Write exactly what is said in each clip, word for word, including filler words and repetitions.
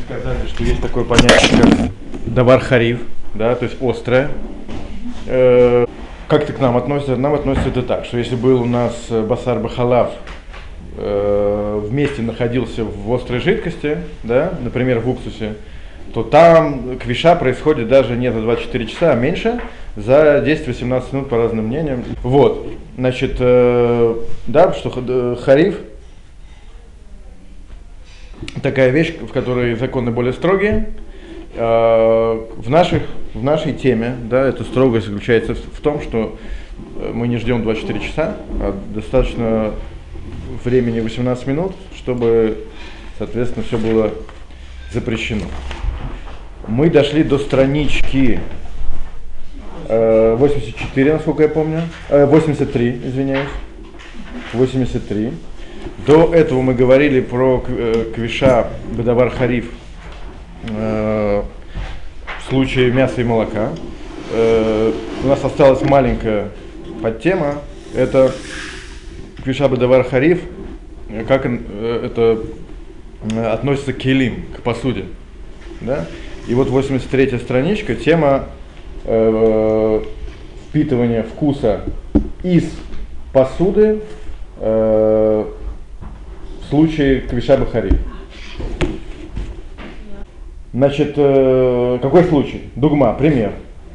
сказали, что есть такое понятие, как давар хариф, да, то есть острое. Э, как ты к нам относишься? Нам относится это так, что если был у нас басар бахалав, э, вместе находился в острой жидкости, да, например, в уксусе, то там квиша происходит даже не за двадцать четыре часа, а меньше, за десять-восемнадцать минут по разным мнениям. Вот, значит, э, да, что хариф такая вещь, в которой законы более строгие. В, наших, в нашей теме, да, эта строгость заключается в том, что мы не ждем двадцать четыре часа, а достаточно времени восемнадцать минут, чтобы, соответственно, все было запрещено. Мы дошли до странички восемьдесят четыре, насколько я помню, восемьдесят три, извиняюсь, восемьдесят три. До этого мы говорили про квиша бедавар хариф э, в случае мяса и молока. Э, у нас осталась маленькая подтема. Это квиша бедавар хариф, как э, это относится к келим, к посуде. Да? И вот восемьдесят третья страничка, тема э, впитывания вкуса из посуды э, в случае квиша бахариф. Значит, э, какой случай? Дугма, пример.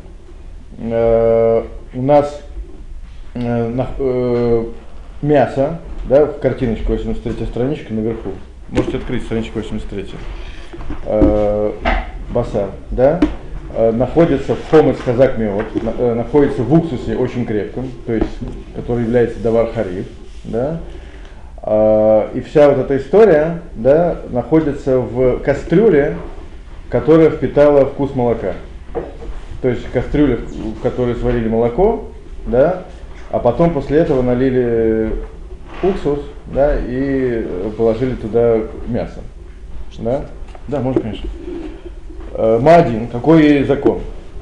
Э, у нас э, на, э, мясо, да, в картиночке восемьдесят третья страничка наверху. Можете открыть страничку восемьдесят три. Э, басар, да, э, находится в хомец казак меот, э, находится в уксусе очень крепком, то есть, который является давар хариф, да. И вся вот эта история, да, находится в кастрюле, которая впитала вкус молока. То есть кастрюля, в которой сварили молоко, да, а потом после этого налили уксус, да, и положили туда мясо. Да, да, можно, конечно. Маадин, какой закон?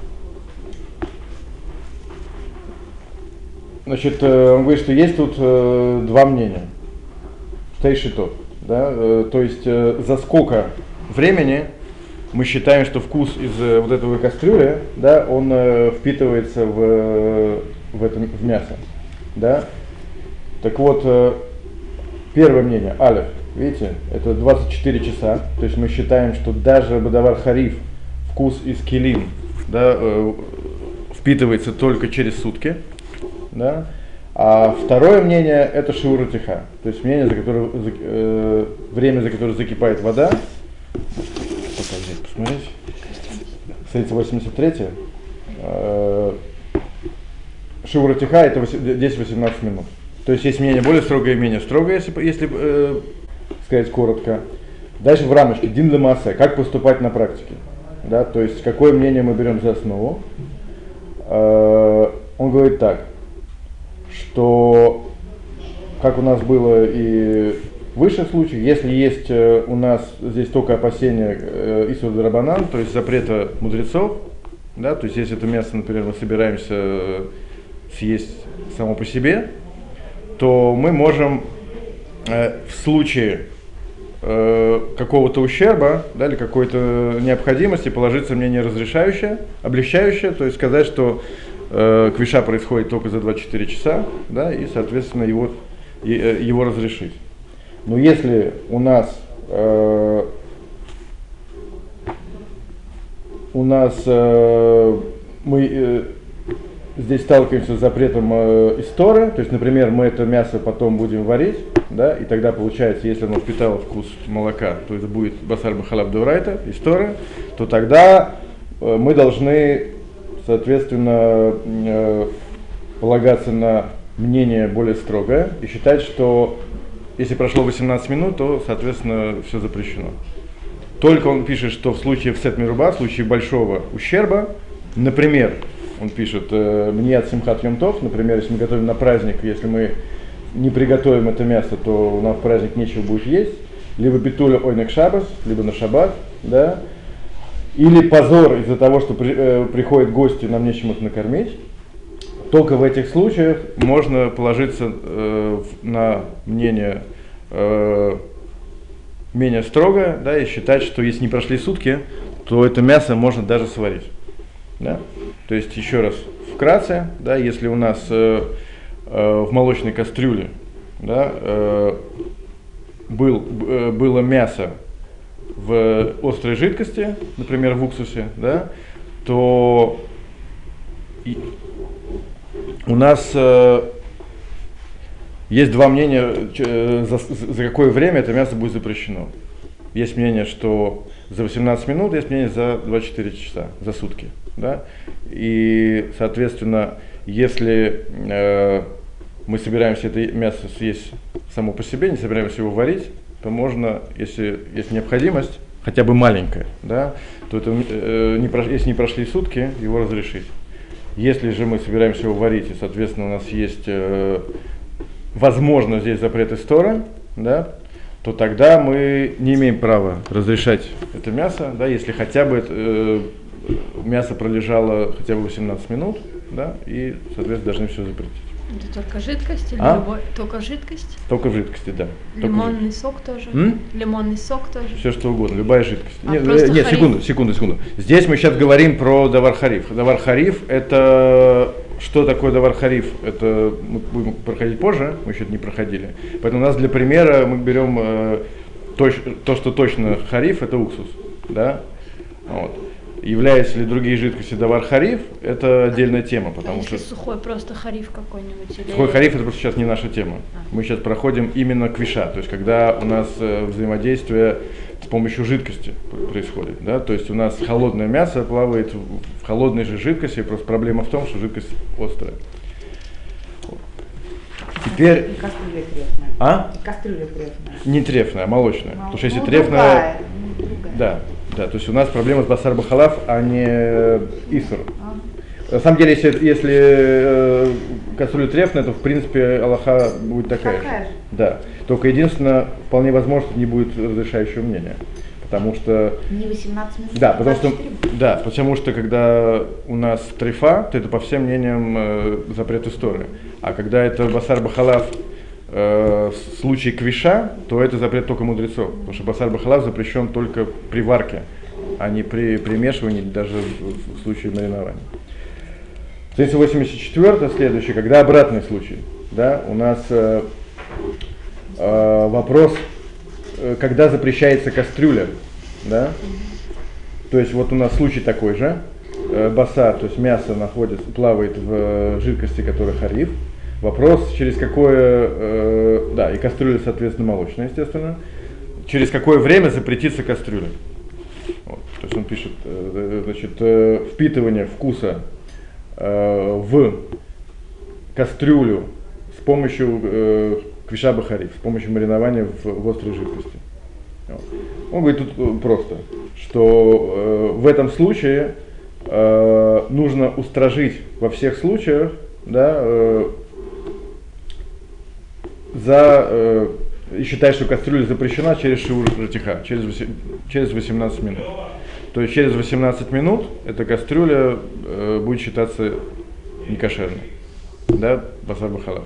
Значит, он говорит, что есть тут два мнения. Тейшито, да, э, то есть э, за сколько времени мы считаем, что вкус из э, вот этого кастрюли, да, он э, впитывается в, в, это, в мясо, да. Так вот, э, первое мнение, алеф, видите, это двадцать четыре часа, то есть мы считаем, что даже бедавар хариф, вкус из келим, да, э, впитывается только через сутки, да. А второе мнение – это шиур тиха, то есть мнение, за которое, за, э, время, за которое закипает вода. Что здесь посмотреть? Страница восемьдесят три. Э, шиур тиха – это десять-восемнадцать минут. То есть есть мнение более строгое и менее строгое, если, если э, сказать коротко. Дальше в рамочке дин де массе, как поступать на практике. Да, то есть какое мнение мы берем за основу. Э, он говорит так, что, как у нас было и в высшем случае, если есть э, у нас здесь только опасения э, исур де-рабанан, то есть запрета мудрецов, да, то есть если это мясо, например, мы собираемся э, съесть само по себе, то мы можем э, в случае э, какого-то ущерба, да, или какой-то необходимости положиться мнение разрешающее, облегчающее, то есть сказать, что э, квиша происходит только за двадцать четыре часа, да, и, соответственно, его, и, э, его разрешить. Но если у нас э, у нас э, мы э, здесь сталкиваемся с запретом э, из Торы, то есть, например, мы это мясо потом будем варить, да, и тогда получается, если оно впитало вкус молока, то это будет басар бахалав деорайта из Торы, то тогда э, мы должны, соответственно, э, полагаться на мнение более строгое и считать, что если прошло восемнадцать минут, то, соответственно, все запрещено. Только он пишет, что в случае всет мируба, в случае большого ущерба, например, он пишет, мне от симхат йом тов, например, если мы готовим на праздник, если мы не приготовим это мясо, то у нас в праздник нечего будет есть, либо битуля ойнек шабас, либо на шаббат, да, или позор из-за того, что при, э, приходят гости, нам нечем их накормить. Только в этих случаях можно положиться э, на мнение э, менее строгое, да, и считать, что если не прошли сутки, то это мясо можно даже сварить. Да? То есть, еще раз, вкратце, да, если у нас э, э, в молочной кастрюле, да, э, был, э, было мясо в острой жидкости, например, в уксусе, да, то и у нас э, есть два мнения, э, за, за какое время это мясо будет запрещено. Есть мнение, что за восемнадцать минут, есть мнение за двадцать четыре часа, за сутки. Да? И, соответственно, если э, мы собираемся это мясо съесть само по себе, не собираемся его варить, то можно, если есть необходимость, хотя бы маленькая, да, то это, э, не прош, если не прошли сутки, его разрешить. Если же мы собираемся его варить, и, соответственно, у нас есть э, возможно здесь запрет из Торы, да, то тогда мы не имеем права разрешать это мясо, да, если хотя бы э, мясо пролежало хотя бы восемнадцать минут, да, и, соответственно, должны все запретить. Это только жидкость или а? любой? Только жидкость? Только в жидкости, да. Лимонный сок тоже? М? Лимонный сок тоже? Все что угодно, любая жидкость. А нет, хариф? нет секунду, секунду, секунду. Здесь мы сейчас говорим про давар хариф. Давар хариф это... Что такое давар хариф? Это мы будем проходить позже, мы еще это не проходили. Поэтому у нас для примера мы берем э, то, то, что точно хариф, это уксус. Да? Вот. Являются ли другие жидкости давар хариф, это отдельная тема, потому а что... сухой просто хариф какой-нибудь? Или... Сухой хариф это просто сейчас не наша тема. А. Мы сейчас проходим именно квиша, то есть когда у нас э, взаимодействие с помощью жидкости происходит. Да? То есть у нас холодное мясо плавает в холодной же жидкости, просто проблема в том, что жидкость острая. Теперь... И кастрюля трефная. А? И кастрюля трефная. Не трефная, а молочная. Мол... Потому что если ну, трефная... Другая. Да, да, то есть у нас проблема с басар бахалав, а не исур. А. На самом деле, если, если э, кастрюля трефная, то в принципе алаха будет такая, такая же. же. Да. Только единственное, вполне возможно, что не будет разрешающего мнения. Потому что... Не восемнадцать минут, да, потому что, будет. да, потому что когда у нас трефа, то это по всем мнениям э, запрет истории. А когда это басар бахалав, э, в случае квиша, то это запрет только мудрецов. Потому что басар бахалав запрещен только при варке, а не при примешивании, даже в, в случае маринования. Страница восемьдесят четыре, следующий, когда обратный случай. Да, у нас э, э, вопрос, э, когда запрещается кастрюля. Да? То есть вот у нас случай такой же. Э, баса, то есть мясо находится, плавает в э, жидкости, которая хариф. Вопрос, через какое, э, да, и кастрюля, соответственно, молочная, естественно, через какое время запретится кастрюля. Вот, то есть он пишет, э, значит, э, впитывание вкуса в кастрюлю с помощью э, квиша бахариф, с помощью маринования в, в острой жидкости. Вот. Он говорит тут просто, что э, в этом случае э, нужно устражить во всех случаях, да, э, за, э, и считать, что кастрюля запрещена через шиур ратиха, через, через восемнадцать минут. То есть через восемнадцать минут эта кастрюля э, будет считаться некошерной. Да, басар бахалав.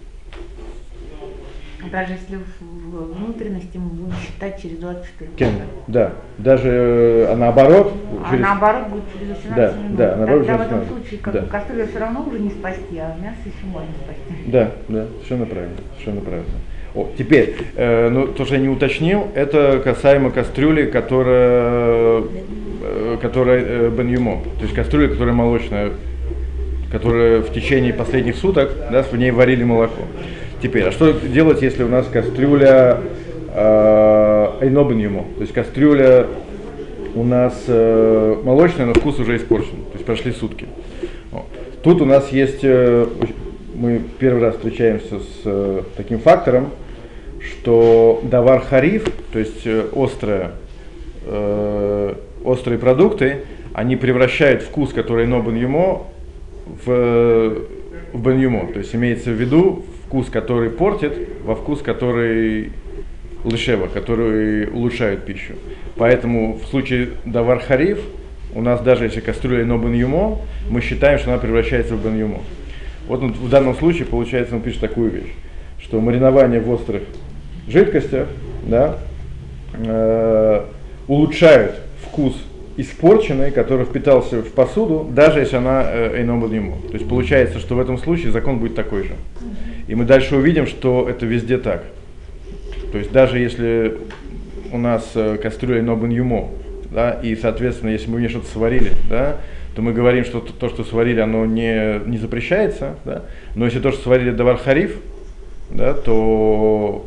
Даже если в внутренности мы будем считать через двадцать четыре Кен, да, даже э, а наоборот. А через... наоборот будет через восемнадцать да, минут. Да, наоборот, тогда в этом случае как да. Кастрюлю все равно уже не спасти, а мясо еще можно спасти. Да, да, совершенно правильно, совершенно правильно. О, теперь, э, ну, то, что я не уточнил, это касаемо кастрюли, которая, э, которая э, бен-юмо, то есть кастрюля, которая молочная, которая в течение последних суток, да, в ней варили молоко. Теперь, а что делать, если у нас кастрюля эйно бен-юмо, то есть кастрюля у нас э, молочная, но вкус уже испорчен, то есть прошли сутки. О. Тут у нас есть... Э, мы первый раз встречаемся с э, таким фактором, что давар хариф, то есть э, острые, э, острые продукты, они превращают вкус, который но бен-юмо, в, в бен-юмо. То есть имеется в виду вкус, который портит, во вкус, который лишева, который улучшает пищу. Поэтому в случае давар хариф, у нас даже если кастрюля но бен-юмо, мы считаем, что она превращается в бен-юмо. Вот он, в данном случае, получается, он пишет такую вещь, что маринование в острых жидкостях, да, э, улучшают вкус испорченной, который впитался в посуду, даже если она эйно беньюмо. То есть получается, что в этом случае закон будет такой же. И мы дальше увидим, что это везде так. То есть даже если у нас кастрюля эйно беньюмо, да, и, соответственно, если мы в ней что-то сварили, да, то мы говорим, что то, что сварили, оно не, не запрещается, да, но если то, что сварили давар хариф, да, то,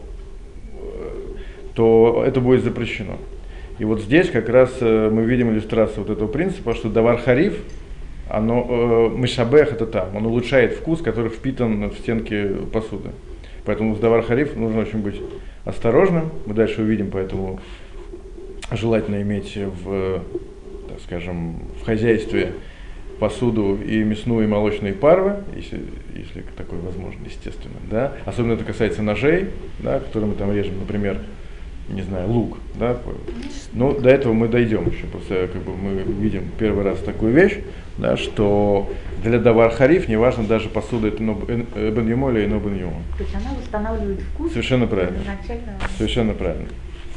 то это будет запрещено. И вот здесь как раз э, мы видим иллюстрацию вот этого принципа, что давар хариф, оно, э, мишабех это там, он улучшает вкус, который впитан в стенки посуды. Поэтому с давар хариф нужно очень быть осторожным, мы дальше увидим, поэтому желательно иметь в, так скажем, в хозяйстве посуду и мясную, и молочные парвы, если, если такое возможно, естественно, да. Особенно это касается ножей, да, которые мы там режем, например, не знаю, лук, да. Но до этого мы дойдем еще, просто как бы мы видим первый раз такую вещь, да, что для давар хариф не важно даже посуда это беньюмо или эйно беньюмо. То есть она восстанавливает вкус. Совершенно правильно. Изначально. Совершенно правильно.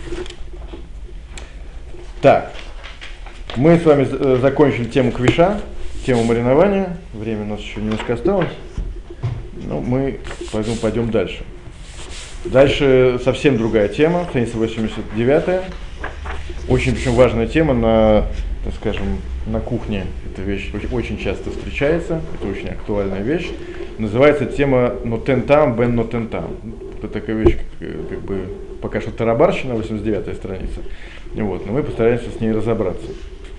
Так, мы с вами закончили тему квиша, тему маринования. Время у нас еще немножко осталось. Но мы поэтому пойдем дальше. Дальше совсем другая тема, страница восемьдесят девять. Очень, причем важная тема на, так скажем, на кухне. Эта вещь очень часто встречается, это очень актуальная вещь. Называется тема «Нотен там, бен нотен там». Это такая вещь, как, как бы, пока что тарабарщина, восемьдесят девятая страница. Вот, но мы постараемся с ней разобраться.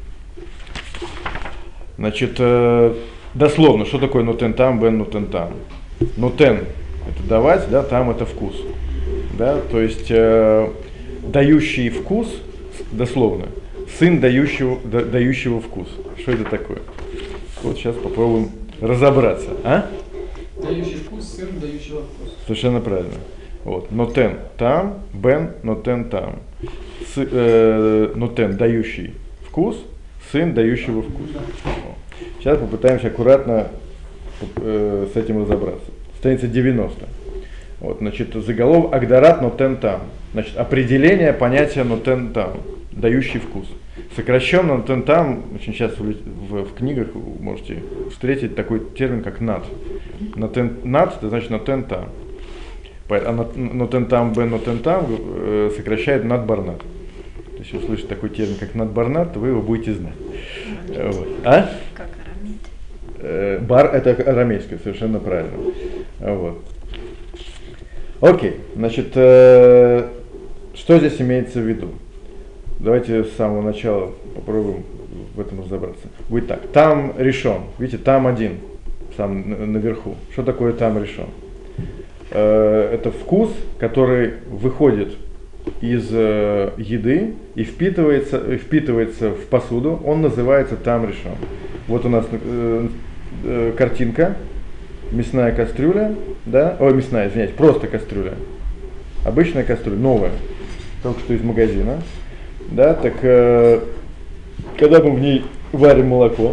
Значит, э, дословно, что такое нотен там, бен нотен там? Нотен – это давать, да, там – это вкус. Да? То есть, э, дающий вкус, дословно, сын дающего, да, дающего вкус. Что это такое? Вот сейчас попробуем разобраться. А? Дающий вкус, сын дающего вкус. Совершенно правильно. Вот. Нотен там, бен нотен там. С, э, нотен дающий вкус, сын дающего вкус. Сейчас попытаемся аккуратно э, с этим разобраться. Страница девяносто. Вот, значит, заголовок Агдарат нотен там. Значит, определение понятия нотен там, дающий вкус. Сокращенно нотен там, очень часто в, в, в книгах вы можете встретить такой термин, как нат. Нотен, нат, это значит нотен там. А нотен там, бен нотен там э, сокращает нат барнат. То есть, если услышите такой термин, как нат барнат, то вы его будете знать. Вот. А? Как арамейт. Э, бар это арамейское, совершенно правильно. Вот. Окей, значит, э, что здесь имеется в виду? Давайте с самого начала попробуем в этом разобраться. Будет так, там решен, видите, там один, сам наверху. Что такое там решен? Э, это вкус, который выходит из э, еды и впитывается, впитывается в посуду, он называется там решен. Вот у нас э, э, картинка. Мясная кастрюля, да, ой, мясная, извиняюсь, просто кастрюля, обычная кастрюля, новая, только что из магазина, да, так, э, когда мы в ней варим молоко,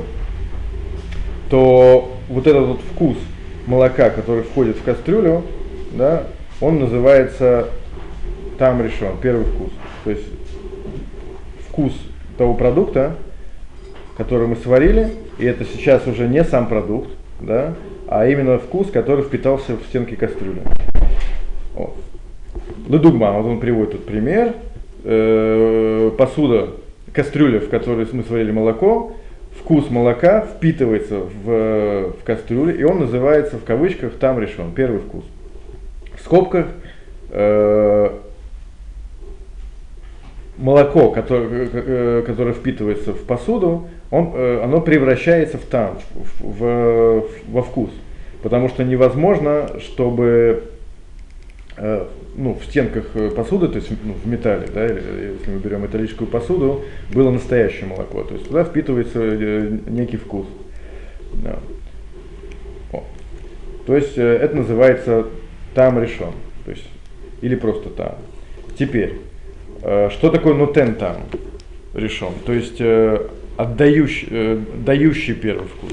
то вот этот вот вкус молока, который входит в кастрюлю, да, он называется там решен, первый вкус, то есть вкус того продукта, который мы сварили, и это сейчас уже не сам продукт, да, а именно вкус, который впитался в стенки кастрюли. Вот. Ледугма, вот он приводит тут пример. Э-э- посуда, кастрюля, в которой мы сварили молоко, вкус молока впитывается в, в кастрюлю, и он называется в кавычках там решен, первый вкус. В скобках э- молоко, которое, которое впитывается в посуду, он, оно превращается в там, в, в, во вкус. Потому что невозможно, чтобы э, ну, в стенках посуды, то есть ну, в металле, да, если мы берем металлическую посуду, было настоящее молоко. То есть туда впитывается некий вкус. Да. О. То есть э, это называется там решен. То есть, или просто там. Теперь. Что такое нотен там решен? То есть э, отдающий, э, дающий первый вкус.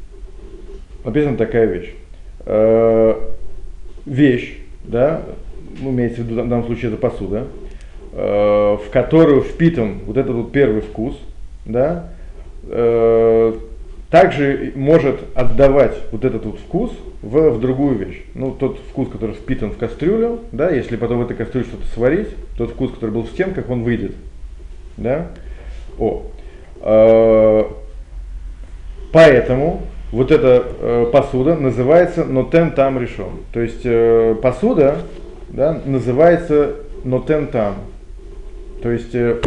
Написана такая вещь. Э, вещь, да, ну, имеется в виду в данном случае это посуда, э, в которую впитан вот этот вот первый вкус, да, э, также может отдавать вот этот вот вкус в, в другую вещь. Ну, тот вкус, который впитан в кастрюлю, да, если потом в этой кастрюле что-то сварить, тот вкус, который был в стенках, он выйдет. Да? О. Э, поэтому вот эта э, посуда называется нотен там решен. То есть э, посуда, да, называется нотен там. То есть э,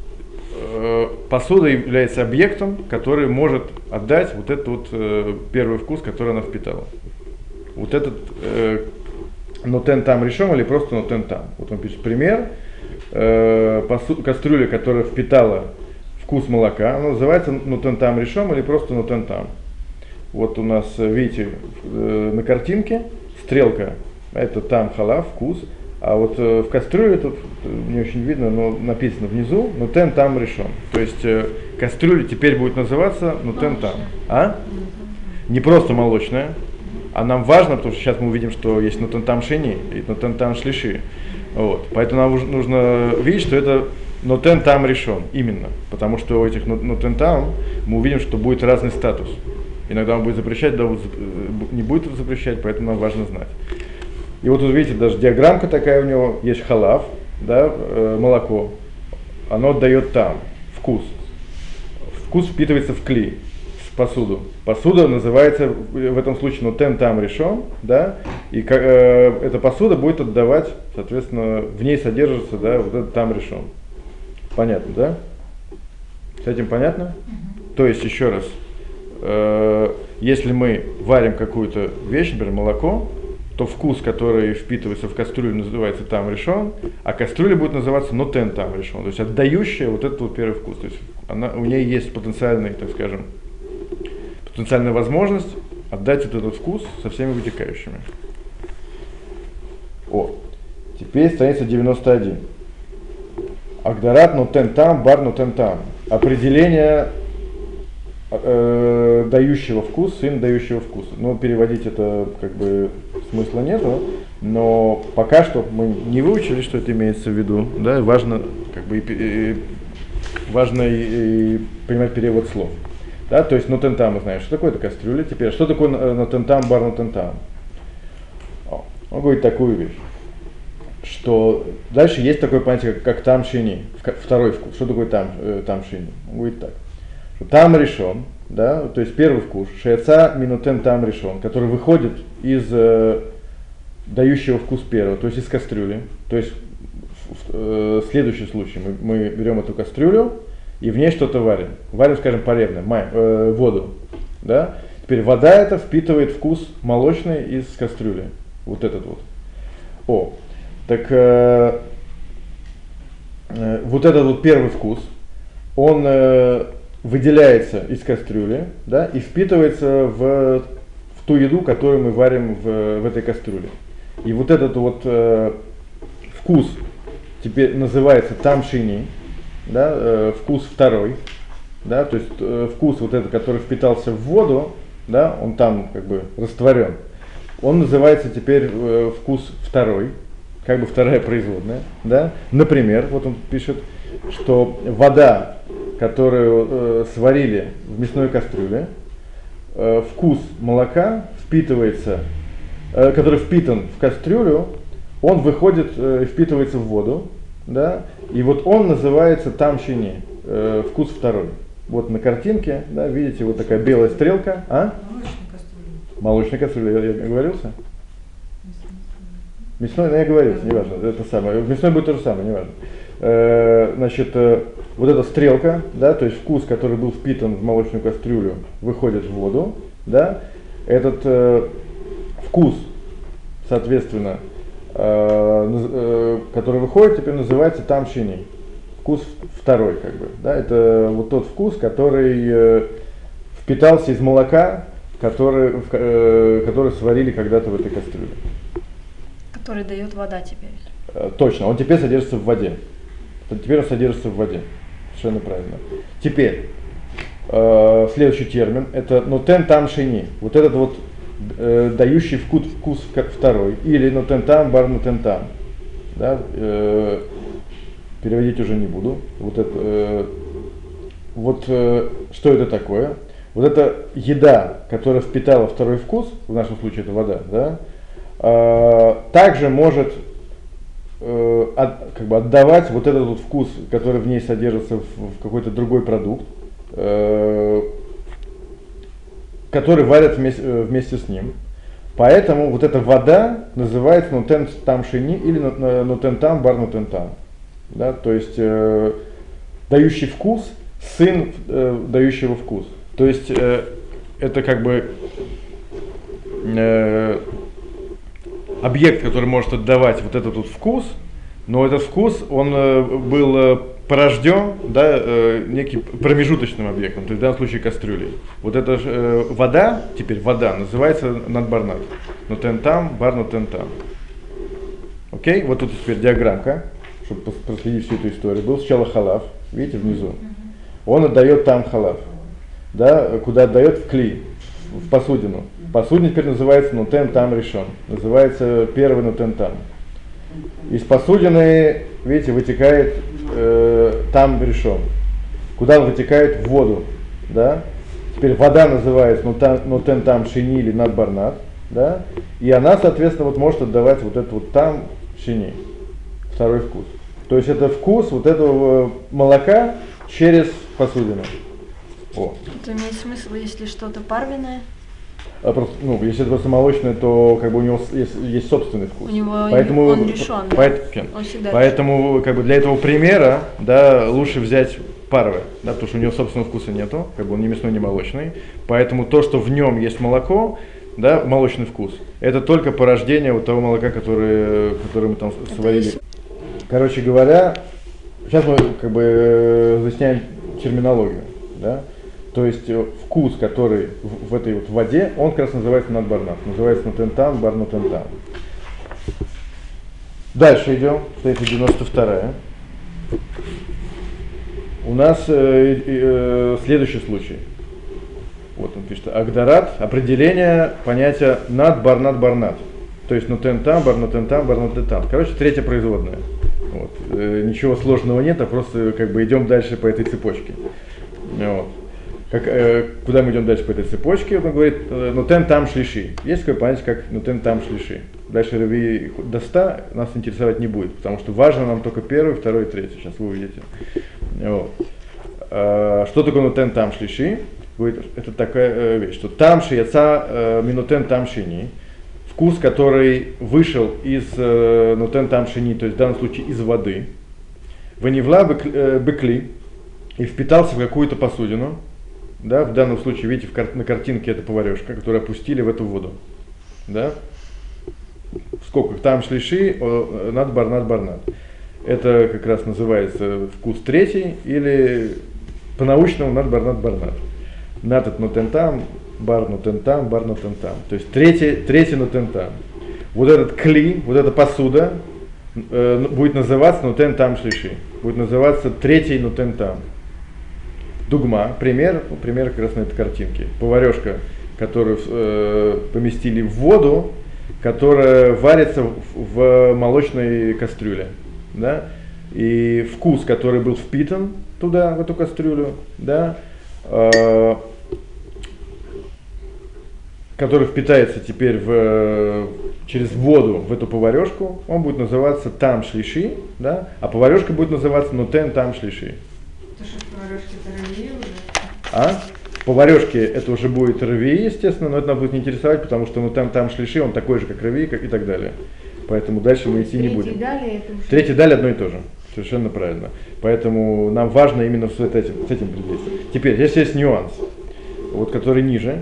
э, посуда является объектом, который может отдать вот этот вот э, первый вкус, который она впитала. Вот этот э, нотен там решен или просто нотен там. Вот он пишет пример. Э, посу, кастрюля, которая впитала вкус молока, она называется нотен там решен или просто нотен там. Вот у нас, видите, на картинке стрелка, это там халав, вкус, а вот в кастрюле, тут не очень видно, но написано внизу, нотен там решен. То есть кастрюля теперь будет называться нотен там. А? Не просто молочная, а нам важно, потому что сейчас мы увидим, что есть нотен там шини и нотен там шлиши. Вот. Поэтому нам нужно видеть, что это нотен там решен, именно, потому что у этих нотен там мы увидим, что будет разный статус. Иногда он будет запрещать, да, не будет запрещать, поэтому нам важно знать. И вот тут видите, даже диаграммка такая у него, есть халав, да, э, молоко, оно отдает там, вкус. Вкус впитывается в кли, в посуду. Посуда называется в этом случае нотен там решен, да, и э, эта посуда будет отдавать, соответственно, в ней содержится, да, вот этот там решен. Понятно, да? С этим понятно? Mm-hmm. То есть, еще раз, э, если мы варим какую-то вещь, например, молоко, то вкус, который впитывается в кастрюлю, называется там решен, а кастрюля будет называться нотен там решен, то есть отдающая вот этот вот первый вкус. То есть она, у нее есть потенциальный, так скажем, потенциальная возможность отдать вот этот вкус со всеми вытекающими. О, теперь страница девяносто один. Агдарат нотен там, бар нотен там. Определение э, дающего вкус, сын дающего вкус. Ну, переводить это как бы смысла нету, но пока что мы не выучили, что это имеется в виду. Да, важно, как бы, и, и, важно и, и понимать перевод слов. Да, то есть нотен там мы знаем, что такое это кастрюля. Теперь, что такое нотен там, бар нотен там? Он говорит такую вещь, что дальше есть такое понятие, как, как там шини, второй вкус. Что такое там, э, там шини? Он говорит так, что там решен, да, то есть первый вкус, шеяца минутен там решен, который выходит из э, дающего вкус первого, то есть из кастрюли. То есть в, в, э, следующий случай мы, мы берем эту кастрюлю и в ней что-то варим. Варим, скажем, паревно, май, э, воду. Да? Теперь вода эта впитывает вкус молочный из кастрюли. Вот этот вот. О, так э, э, вот этот вот первый вкус, он э, выделяется из кастрюли, да, и впитывается в, в ту еду, которую мы варим в, в этой кастрюле. И вот этот вот э, вкус теперь называется там шини, да, э, вкус второй, да, то есть э, вкус вот этот, который впитался в воду, да, он там как бы растворен. Он называется теперь э, вкус второй, как бы вторая производная, да. Например, вот он пишет, что вода, которую э, сварили в мясной кастрюле, э, вкус молока впитывается, э, который впитан в кастрюлю, он выходит, э, впитывается в воду, да, и вот он называется там шини, э, вкус второй. Вот на картинке, да, видите, вот такая белая стрелка, а? Молочная кастрюля, я, я говорился? Мясной, ну я говорился, неважно, это самое. Мясной будет то же самое, неважно. Э, значит, э, вот эта стрелка, да, то есть вкус, который был впитан в молочную кастрюлю, выходит в воду, да. Этот э, вкус, соответственно, э, э, который выходит, теперь называется там шини. Вкус второй, как бы, да. Это вот тот вкус, который э, впитался из молока, который, э, который сварили когда-то в этой кастрюле. Который дает вода теперь. Э, точно, он теперь содержится в воде. Теперь он содержится в воде. Совершенно правильно. Теперь, э, следующий термин, это нотен там шини. Вот этот вот э, дающий вкус, вкус второй. Или нотен там, бар нотен там. Да? Э, переводить уже не буду. Вот, это, э, вот э, что это такое? Вот эта еда, которая впитала второй вкус, в нашем случае это вода, да, э, также может э, от, как бы отдавать вот этот вот вкус, который в ней содержится в, в какой-то другой продукт, э, который варят вместе, вместе с ним. Поэтому вот эта вода называется нутен там шини или нутен там бар нутен там. Да? То есть э, дающий вкус, сын э, дающего вкус. То есть э, это как бы э, объект, который может отдавать вот этот вот вкус, но этот вкус, он э, был э, порожден, да, э, неким промежуточным объектом, то есть в данном случае кастрюлей. Вот эта э, вода, теперь вода, называется надбарнат. Нутен там, бар нутен там. Окей, вот тут теперь диаграммка, чтобы проследить всю эту историю. Был сначала халав, видите, внизу. Он отдает там халав, да, куда отдает в кли, в посудину. Посудина теперь называется нутен там решен, называется первый нутен там. Из посудины, видите, вытекает э, там решен. Куда он вытекает? В воду. Да? Теперь вода называется нутен там шини или надбарнат. Да? И она, соответственно, вот может отдавать вот этот вот там шини, второй вкус. То есть это вкус вот этого молока через посудину. О. Это имеет смысл, если что-то парвенное? А просто, ну, если это просто молочное, то как бы у него есть, есть собственный вкус. У него поэтому, он решен, да? Поэтому, он всегда поэтому как бы для этого примера, да, лучше взять парве, да, потому что у него собственного вкуса нету, как бы он ни мясной, ни молочный. Поэтому то, что в нем есть молоко, да, молочный вкус, это только порождение вот того молока, которое, которое мы там это сварили. Есть... Короче говоря, сейчас мы как бы заясняем терминологию, да. То есть вкус, который в, в этой вот воде, он как раз называется надбарнат. Называется нутен там, бар нутен там. Дальше идем, страница девяносто вторая. У нас э, э, следующий случай. Вот он пишет. Агдарат, определение понятия над барнат барнат. То есть нутен там, бар нутен там, бар нутен там. Короче, третья производная. Вот. Э, ничего сложного нет, а просто как бы идем дальше по этой цепочке. Вот. Как, э, куда мы идем дальше по этой цепочке, он говорит, э, нутен там шлиши. Есть такое понятие, как нутен там шлиши. Дальше реви до ста нас интересовать не будет, потому что важно нам только первый, второй и третий. Сейчас вы увидите. Вот. А, что такое нутен там шлиши? Говорит, это такая э, вещь, что там шияца э, минутен там шини. Вкус, который вышел из э, нутен там шини, то есть в данном случае из воды. Ванивла бекли и впитался в какую-то посудину. Да, в данном случае, видите, в кар- на картинке это поварешка, которую опустили в эту воду. Да? Сколько? Там шлиши, над барнат барнат. Это как раз называется вкус третий, или по-научному над барнат барнат. Над нутен там, бар нутен там, бар нутен там. То есть третий, третий нутен там. Вот этот кли, вот эта посуда э, будет называться нутен там шлиши. Будет называться третий нутен там. Дугма, пример, ну, пример как раз на этой картинке. Поварешка, которую э, поместили в воду, которая варится в, в молочной кастрюле. Да? И вкус, который был впитан туда, в эту кастрюлю, да, э, который впитается теперь в, через воду в эту поварешку, он будет называться там шлиши, да, а поварешка будет называться нутен там шлиши. А? Поварешки это уже будет рви, естественно, но это нас будет не интересовать, потому что ну, там, там шлиши, он такой же, как рви, как и так далее. Поэтому дальше мы идти не будем. Далее это уже... Третий далее одно и то же. Совершенно правильно. Поэтому нам важно именно с этим, с этим определиться. Теперь, здесь есть нюанс, вот, который ниже,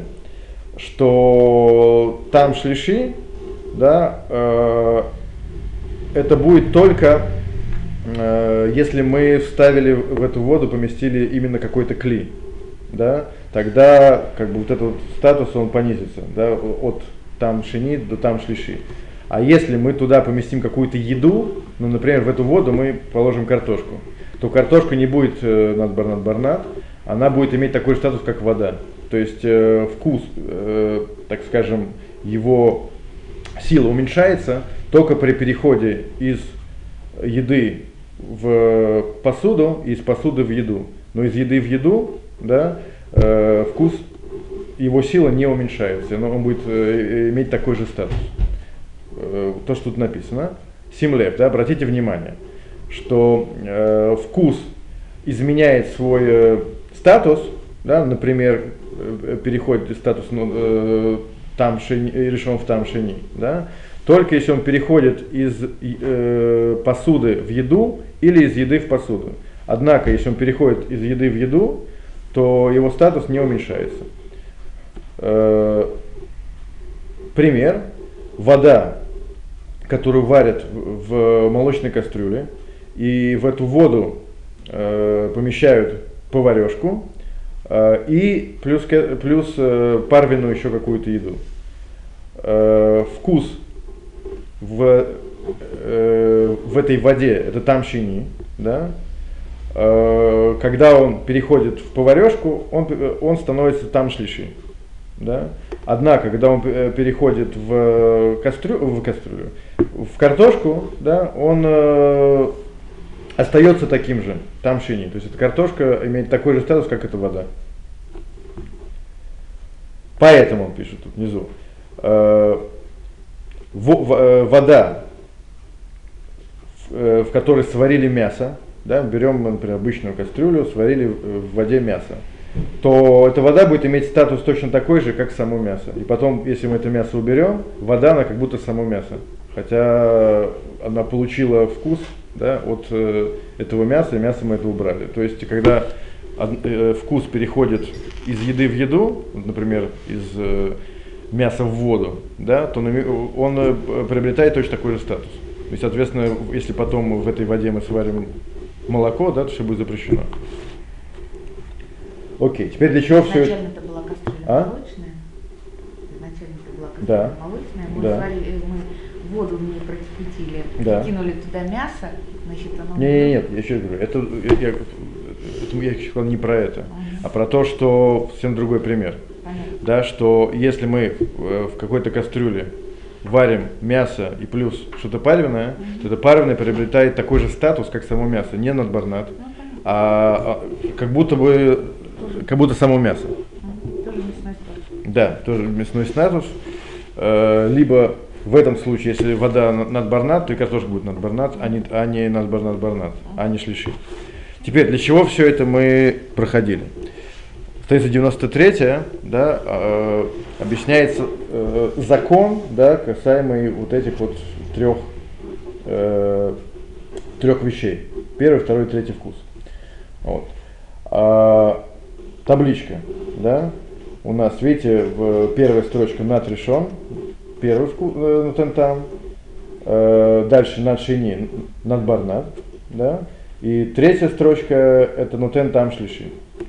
что там шлиши, да, э, это будет только э, если мы вставили в эту воду, поместили именно какой-то кли. Да, тогда как бы вот этот вот статус он понизится, да, от там шини до там шлиши. А если мы туда поместим какую-то еду, ну, например, в эту воду мы положим картошку, то картошка не будет э, надбарнат барнат, она будет иметь такой же статус, как вода. То есть э, вкус, э, так скажем, его сила уменьшается только при переходе из еды в посуду и из посуды в еду. Но из еды в еду, да, э, вкус, его сила не уменьшается, но он будет э, иметь такой же статус. Э, то, что тут написано. Симлев, да, обратите внимание, что э, вкус изменяет свой э, статус, да, например, э, переходит из статуса ну, э, там шини, решен в там шини, да, только если он переходит из э, посуды в еду или из еды в посуду. Однако, если он переходит из еды в еду, то его статус не уменьшается. Э, пример. Вода, которую варят в молочной кастрюле, и в эту воду э, помещают поварешку, э, и плюс, плюс э, парвину еще какую-то еду. Э, вкус в, э, в этой воде, это там шини, да? э, когда он переходит в поварешку, он, он становится там шлиши. Да? Однако, когда он переходит в, кастрю, в кастрюлю, в картошку, да, он э, остается таким же, там шини. То есть эта картошка имеет такой же статус, как эта вода. Поэтому он пишет тут внизу. Э, в, в, вода, в, в которой сварили мясо, да, берем, например, обычную кастрюлю, сварили в воде мясо, то эта вода будет иметь статус точно такой же, как само мясо. И потом, если мы это мясо уберем, вода, она как будто само мясо. Хотя она получила вкус, да, от э, этого мяса, и мясо мы это убрали. То есть, когда э, вкус переходит из еды в еду, например, из э, мяса в воду, да, то он э, приобретает точно такой же статус. И, соответственно, если потом в этой воде мы сварим молоко, да, то все будет запрещено. Окей, теперь для чего все это? Изначально это была кастрюля а? молочная. Изначально это была кастрюля да. молочная. Мы, да. сварили, мы воду в ней прокипятили, да. кинули туда мясо, значит оно... Нет, нет, нет, я еще говорю, это, я, это, я еще сказал не про это, uh-huh. а про то, что совсем другой пример. Понятно. Да, что если мы в какой-то кастрюле варим мясо и плюс что-то парвенное, uh-huh. то это парвенное приобретает такой же статус, как само мясо, не надбарнат, uh-huh. а, а как будто бы как будто само мясо. Uh-huh. Тоже мясной статус. Да, тоже мясной статус. Э, либо в этом случае, если вода надбарнат, то и картошка будет надбарнат, а не, а не надбарнат-барнат, uh-huh. а не шлиши. Теперь, для чего все это мы проходили? Страница девяносто третья, да, э, объясняется э, закон, да, касаемый вот этих вот трех, э, трех вещей. Первый, второй, третий вкус. Вот. А, табличка, да, у нас, видите, в первая строчка над решен, первый вкус, э, там, э, дальше над шини, над барнат, да, и третья строчка это нутен там шлиши.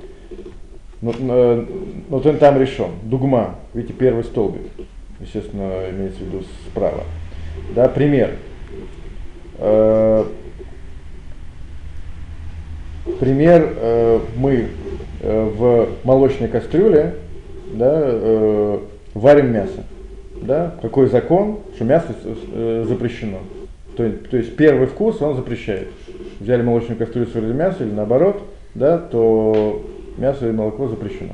Нутен там решен. Дугма, видите, первый столбик, естественно, имеется в виду справа. Да, пример. Э, пример, э, мы э, в молочной кастрюле, да, э, варим мясо. Да? Какой закон, что мясо э, запрещено. То, то есть первый вкус он запрещает. Взяли молочную кастрюлю, сварили мясо или наоборот, да, то мясо и молоко запрещено.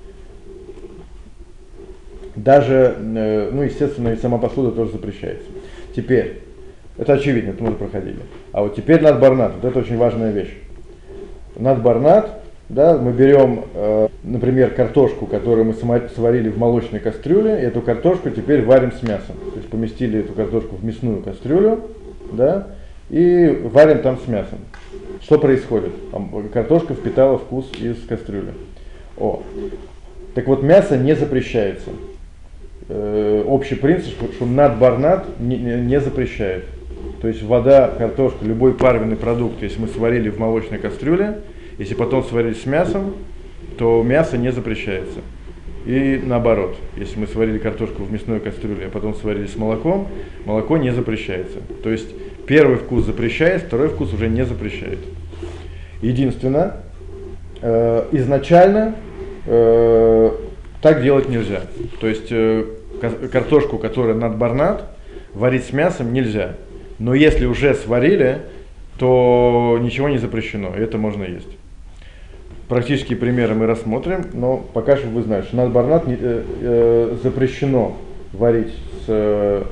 Даже, э, ну, естественно, и сама посуда тоже запрещается. Теперь, это очевидно, это мы уже проходили. А вот теперь надбарнат, вот это очень важная вещь. Надбарнат, да, мы берем, э, например, картошку, которую мы сварили в молочной кастрюле, и эту картошку теперь варим с мясом. То есть поместили эту картошку в мясную кастрюлю, да, и варим там с мясом. Что происходит? Картошка впитала вкус из кастрюли. О. Так вот, мясо не запрещается. Э, общий принцип, что надбарнат не, не запрещает. То есть вода, картошка, любой парвенный продукт, если мы сварили в молочной кастрюле, если потом сварили с мясом, то мясо не запрещается. И наоборот, если мы сварили картошку в мясной кастрюле, а потом сварили с молоком, молоко не запрещается. То есть первый вкус запрещает, второй вкус уже не запрещает. Единственное, э, изначально э, так делать нельзя. То есть э, картошку, которая надбарнат, варить с мясом нельзя. Но если уже сварили, то ничего не запрещено, и это можно есть. Практические примеры мы рассмотрим, но пока что вы знаете, что нат-барнат не, э, э, запрещено варить с, э,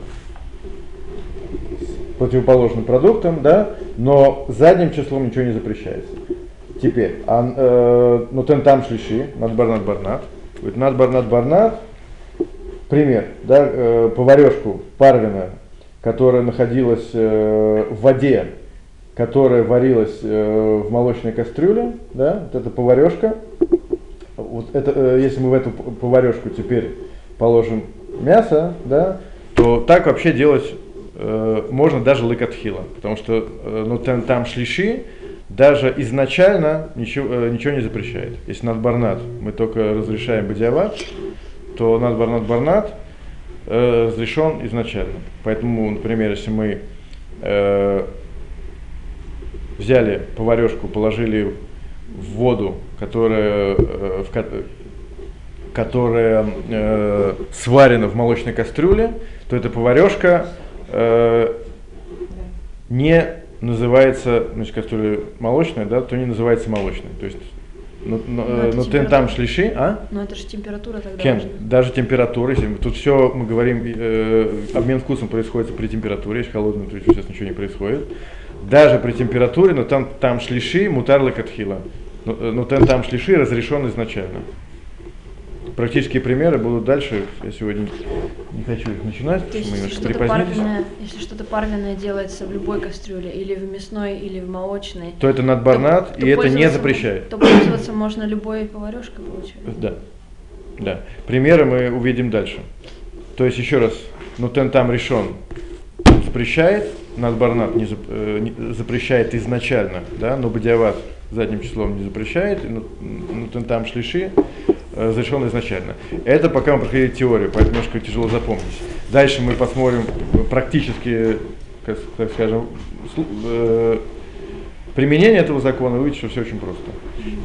с противоположным продуктом, да, но задним числом ничего не запрещается. Теперь, а, э, ну тен там шлиши, нат-барнат барнат, нат-барнат барнат, пример, да, э, поварешку парвина, которая находилась э, в воде, которая варилась э, в молочной кастрюле, да, вот эта поварешка, вот это, э, если мы в эту поварешку теперь положим мясо, да, то так вообще делать э, можно даже лыкатхила, потому что э, ну, там, там шлиши даже изначально ничего, э, ничего не запрещает. Если нат-барнат мы только разрешаем бадиават, то нат-барнат барнат э, разрешен изначально. Поэтому, например, если мы э, взяли поварешку, положили в воду, которая, э, в, которая э, сварена в молочной кастрюле, то эта поварешка э, не называется, значит, кастрюля молочная, да, то не называется молочной. То есть, ну, ну тен там шлиши, а? Но это же температура тогда. Кен, даже температура, если тут все мы говорим, э, обмен вкусом происходит при температуре, если холодно, то сейчас ничего не происходит. Даже при температуре, но там, там шлиши, мутар лекатхила. Но, но там, там шлиши разрешен изначально. Практические примеры будут дальше. Я сегодня не хочу их начинать, То есть, мы если немножко что-то припозднились. парвенное, если что-то парвенное делается в любой кастрюле, или в мясной, или в молочной, То это нат-барнат, то, и то это не пользоваться- запрещает. То пользоваться можно любой поварешкой, получается. Да. Да. Примеры мы увидим дальше. То есть еще раз, ну тен там решен запрещает, нат-барнат не, зап, э, не запрещает изначально, да, но бадиават задним числом не запрещает, ну, ну тен там шлиши э, разрешен изначально. Это пока мы проходили теорию, поэтому немножко тяжело запомнить. Дальше мы посмотрим практически, как, так скажем, слу, э, применение этого закона, вы увидите, что все очень просто.